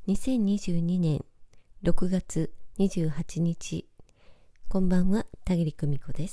2022年6月28日、こんばんは、田切久美子です。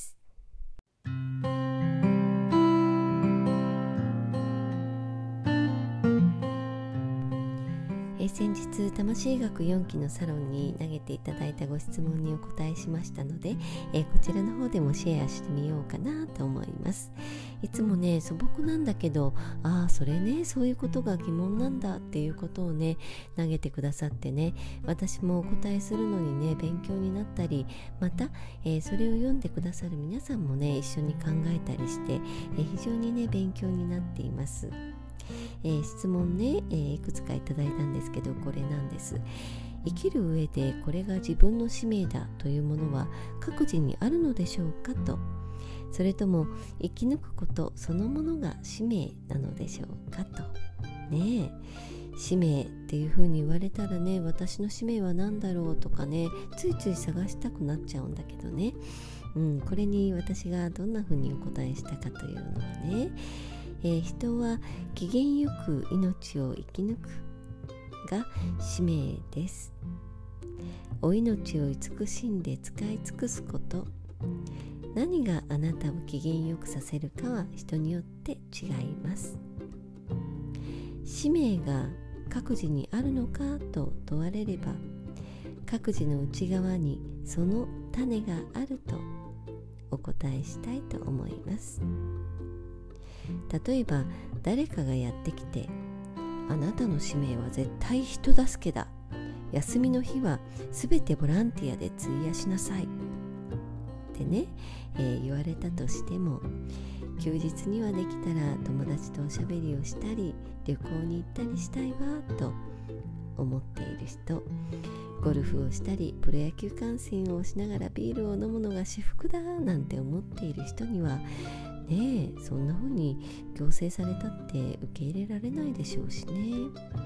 先日魂学4期のサロンに投げていただいたご質問にお答えしましたので、こちらの方でもシェアしてみようかなと思います。いつもね、素朴なんだけど、それね、そういうことが疑問なんだっていうことをね投げてくださってね、私もお答えするのにね勉強になったり、また、それを読んでくださる皆さんもね一緒に考えたりして、非常にね勉強になっています。質問ね、いくつかいただいたんですけど、これなんです。生きる上でこれが自分の使命だというものは各自にあるのでしょうかと、それとも生き抜くことそのものが使命なのでしょうかとね。使命っていう風に言われたらね、私の使命は何だろうとかね、ついつい探したくなっちゃうんだけどね、これに私がどんな風にお答えしたかというのはね、人は機嫌よく命を生き抜くが使命です。お命を慈しんで使い尽くすこと、何があなたを機嫌よくさせるかは人によって違います。使命が各自にあるのかと問われれば、各自の内側にその種があるとお答えしたいと思います。例えば誰かがやってきて、あなたの使命は絶対人助けだ、休みの日はすべてボランティアで費やしなさいってね、言われたとしても、休日にはできたら友達とおしゃべりをしたり旅行に行ったりしたいわと思っている人、ゴルフをしたりプロ野球観戦をしながらビールを飲むのが至福だなんて思っている人にはねえ、そんな風に強制されたって受け入れられないでしょうしね。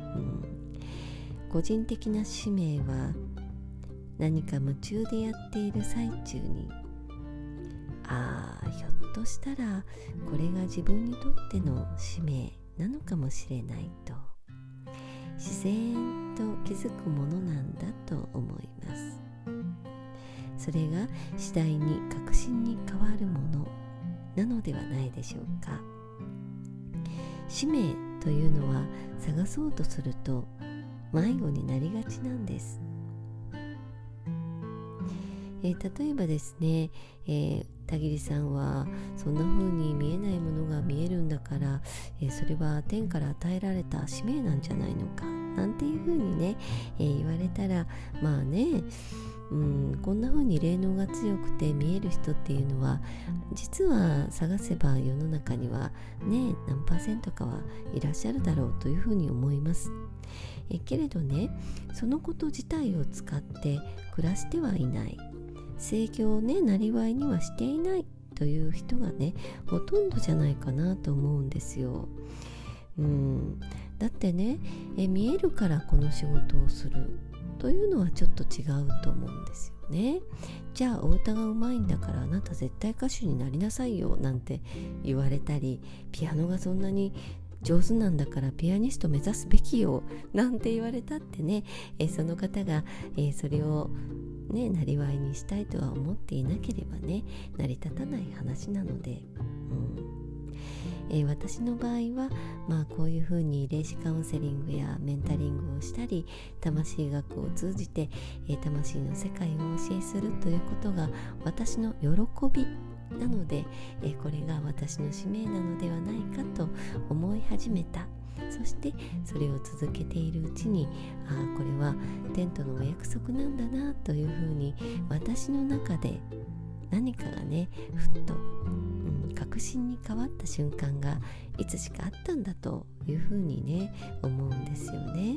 個人的な使命は何か夢中でやっている最中に、ひょっとしたらこれが自分にとっての使命なのかもしれないと自然と気づくものなんだと思います。それが次第に確信に変わるものなのではないでしょうか。使命というのは探そうとすると迷子になりがちなんです。例えばですね、田切さんはそんな風に見えないものが見えるんだから、それは天から与えられた使命なんじゃないのかなんていう風にね、言われたら、こんな風に霊能が強くて見える人っていうのは実は探せば世の中にはね何%かはいらっしゃるだろうという風に思います。けれどね、そのこと自体を使って暮らしてはいない、制御をねなりわいにはしていないという人がねほとんどじゃないかなと思うんですよ。だってね、見えるからこの仕事をするというのはちょっと違うと思うんですよね。じゃあお歌がうまいんだからあなた絶対歌手になりなさいよなんて言われたり、ピアノがそんなに上手なんだからピアニスト目指すべきよなんて言われたってね、その方が、それをねなりわいにしたいとは思っていなければね成り立たない話なので、私の場合は、こういうふうに霊視カウンセリングやメンタリングをしたり、魂学を通じて、魂の世界をお教えするということが私の喜びなので、これが私の使命なのではないかと思い始めた。そしてそれを続けているうちに、これは天とのお約束なんだなというふうに私の中で何かがねふっと確信に変わった瞬間がいつしかあったんだというふうにね思うんですよね。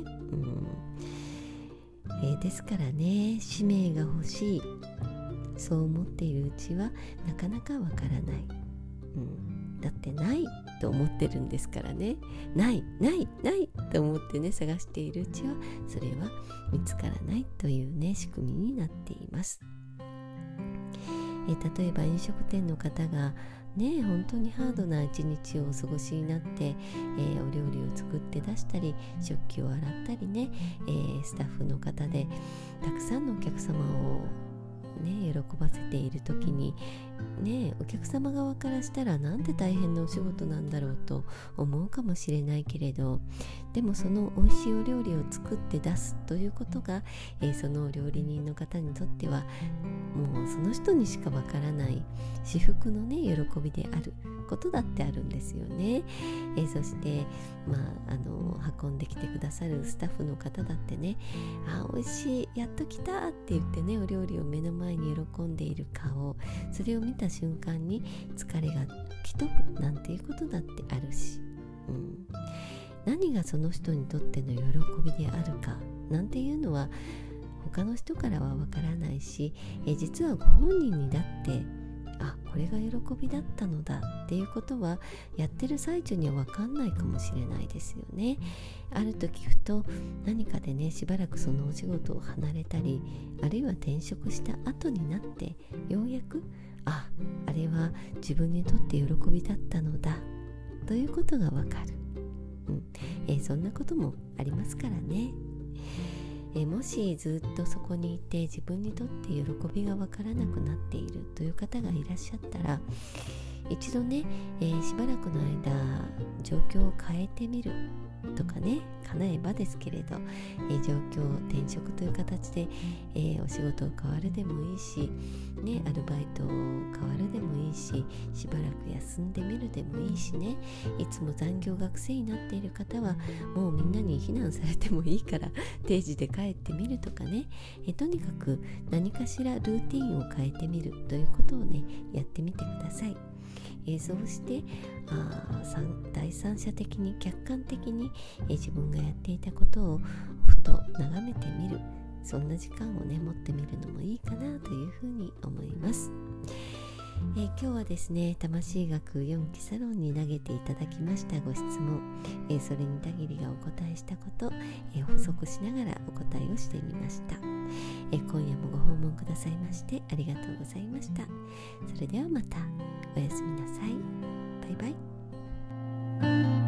ですからね、使命が欲しい、そう思っているうちはなかなかわからない、だってないと思ってるんですからね。ないと思ってね探しているうちはそれは見つからないというね仕組みになっています。例えば飲食店の方が本当にハードな一日をお過ごしになって、お料理を作って出したり、食器を洗ったりね、スタッフの方でたくさんのお客様を喜ばせている時にお客様側からしたらなんて大変なお仕事なんだろうと思うかもしれないけれど、でもその美味しいお料理を作って出すということが、その料理人の方にとってはもうその人にしかわからない至福の喜びであることだってあるんですよね。そして、運んできてくださるスタッフの方だってね、美味しい、やっと来たって言ってね、お料理を目の前に喜んでいる顔、それを見た瞬間に疲れが吹き飛ぶなんていうことだってあるし、何がその人にとっての喜びであるかなんていうのは他の人からはわからないし、実はご本人にだってこれが喜びだったのだっていうことはやってる最中には分かんないかもしれないですよね。ある時ふと何かでしばらくそのお仕事を離れたり、あるいは転職した後になってようやくあれは自分にとって喜びだったのだということが分かる、そんなこともありますからね。もしずっとそこにいて自分にとって喜びがわからなくなっているという方がいらっしゃったら、一度しばらくの間状況を変えてみるとかね、叶えばですけれど、状況転職という形で、お仕事を変わるでもいいし、アルバイトを変わるでもいいし、しばらく休んでみるでもいいしね、いつも残業学生になっている方はもうみんなに非難されてもいいから定時で帰ってみるとかね、とにかく何かしらルーティンを変えてみるということをやってみてください。そうして第三者的に客観的に、自分がやっていたことをふと眺めてみる、そんな時間を持ってみるのもいいかなというふうに思います。今日はですね、魂学4期サロンに投げていただきましたご質問、それに限りがお答えしたこと、補足しながらお答えをしてみました。今夜もご訪問くださいましてありがとうございました。それではまた。おやすみなさい。バイバイ。